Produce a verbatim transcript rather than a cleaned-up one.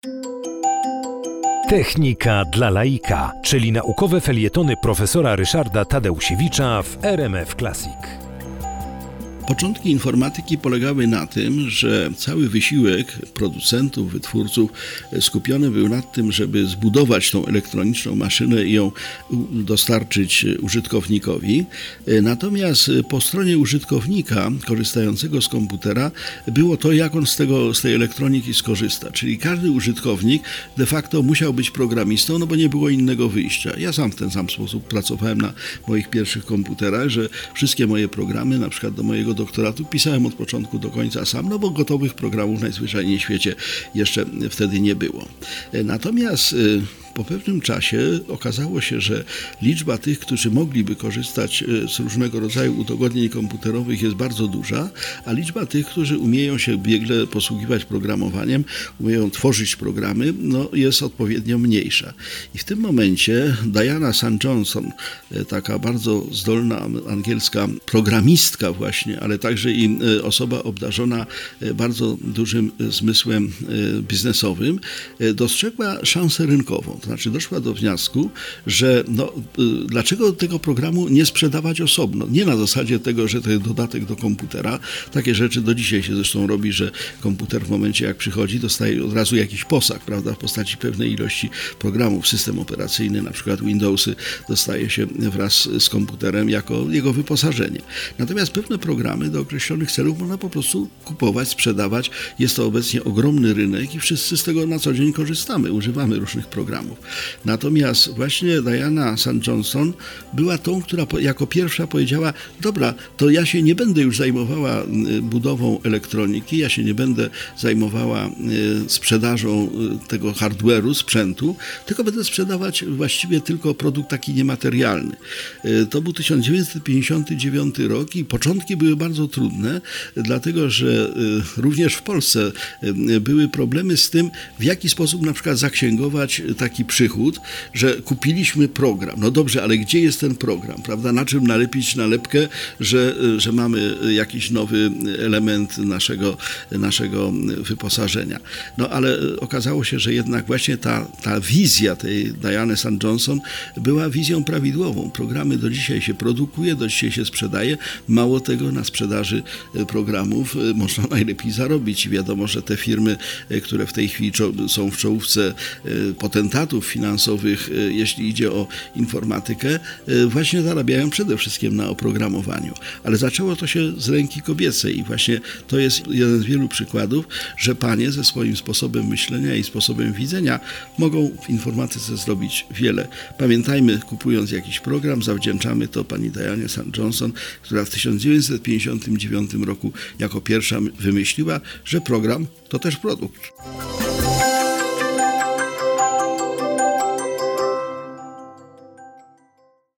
Technika dla laika, czyli naukowe felietony profesora Ryszarda Tadeusiewicza w R M F Classic. Początki informatyki polegały na tym, że cały wysiłek producentów, wytwórców skupiony był na tym, żeby zbudować tą elektroniczną maszynę i ją dostarczyć użytkownikowi. Natomiast po stronie użytkownika korzystającego z komputera było to, jak on z, tego, z tej elektroniki skorzysta. Czyli każdy użytkownik de facto musiał być programistą, no bo nie było innego wyjścia. Ja sam w ten sam sposób pracowałem na moich pierwszych komputerach, że wszystkie moje programy, na przykład do mojego doktoratu, pisałem od początku do końca sam, no bo gotowych programów najzwyczajniej w świecie jeszcze wtedy nie było. Natomiast po pewnym czasie okazało się, że liczba tych, którzy mogliby korzystać z różnego rodzaju udogodnień komputerowych jest bardzo duża, a liczba tych, którzy umieją się biegle posługiwać programowaniem, umieją tworzyć programy, no jest odpowiednio mniejsza. I w tym momencie Diana Saint Johnson, taka bardzo zdolna angielska programistka właśnie, ale także i osoba obdarzona bardzo dużym zmysłem biznesowym, dostrzegła szansę rynkową. To znaczy doszła do wniosku, że no, dlaczego tego programu nie sprzedawać osobno? Nie na zasadzie tego, że to jest dodatek do komputera. Takie rzeczy do dzisiaj się zresztą robi, że komputer w momencie jak przychodzi, dostaje od razu jakiś posag, prawda, w postaci pewnej ilości programów. System operacyjny, na przykład Windowsy, dostaje się wraz z komputerem jako jego wyposażenie. Natomiast pewne programy do określonych celów można po prostu kupować, sprzedawać. Jest to obecnie ogromny rynek i wszyscy z tego na co dzień korzystamy, używamy różnych programów. Natomiast właśnie Diana Saint Johnson była tą, która jako pierwsza powiedziała: dobra, to ja się nie będę już zajmowała budową elektroniki, ja się nie będę zajmowała sprzedażą tego hardware'u, sprzętu, tylko będę sprzedawać właściwie tylko produkt taki niematerialny. To był tysiąc dziewięćset pięćdziesiąty dziewiąty rok i początki były bardzo trudne, dlatego że również w Polsce były problemy z tym, w jaki sposób na przykład zaksięgować taki przychód, że kupiliśmy program. No dobrze, ale gdzie jest ten program, prawda? Na czym nalepić nalepkę, że, że mamy jakiś nowy element naszego, naszego wyposażenia. No ale okazało się, że jednak właśnie ta, ta wizja tej Diany Saint Johnson była wizją prawidłową. Programy do dzisiaj się produkuje, do dzisiaj się sprzedaje. Mało tego, na sprzedaży programów można najlepiej zarobić. I wiadomo, że te firmy, które w tej chwili są w czołówce potentatów finansowych, jeśli idzie o informatykę, właśnie zarabiają przede wszystkim na oprogramowaniu. Ale zaczęło to się z ręki kobiecej i właśnie to jest jeden z wielu przykładów, że panie ze swoim sposobem myślenia i sposobem widzenia mogą w informatyce zrobić wiele. Pamiętajmy, kupując jakiś program, zawdzięczamy to pani Dianie Saint Johnson, która w tysiąc dziewięćset pięćdziesiątym dziewiątym roku jako pierwsza wymyśliła, że program to też produkt.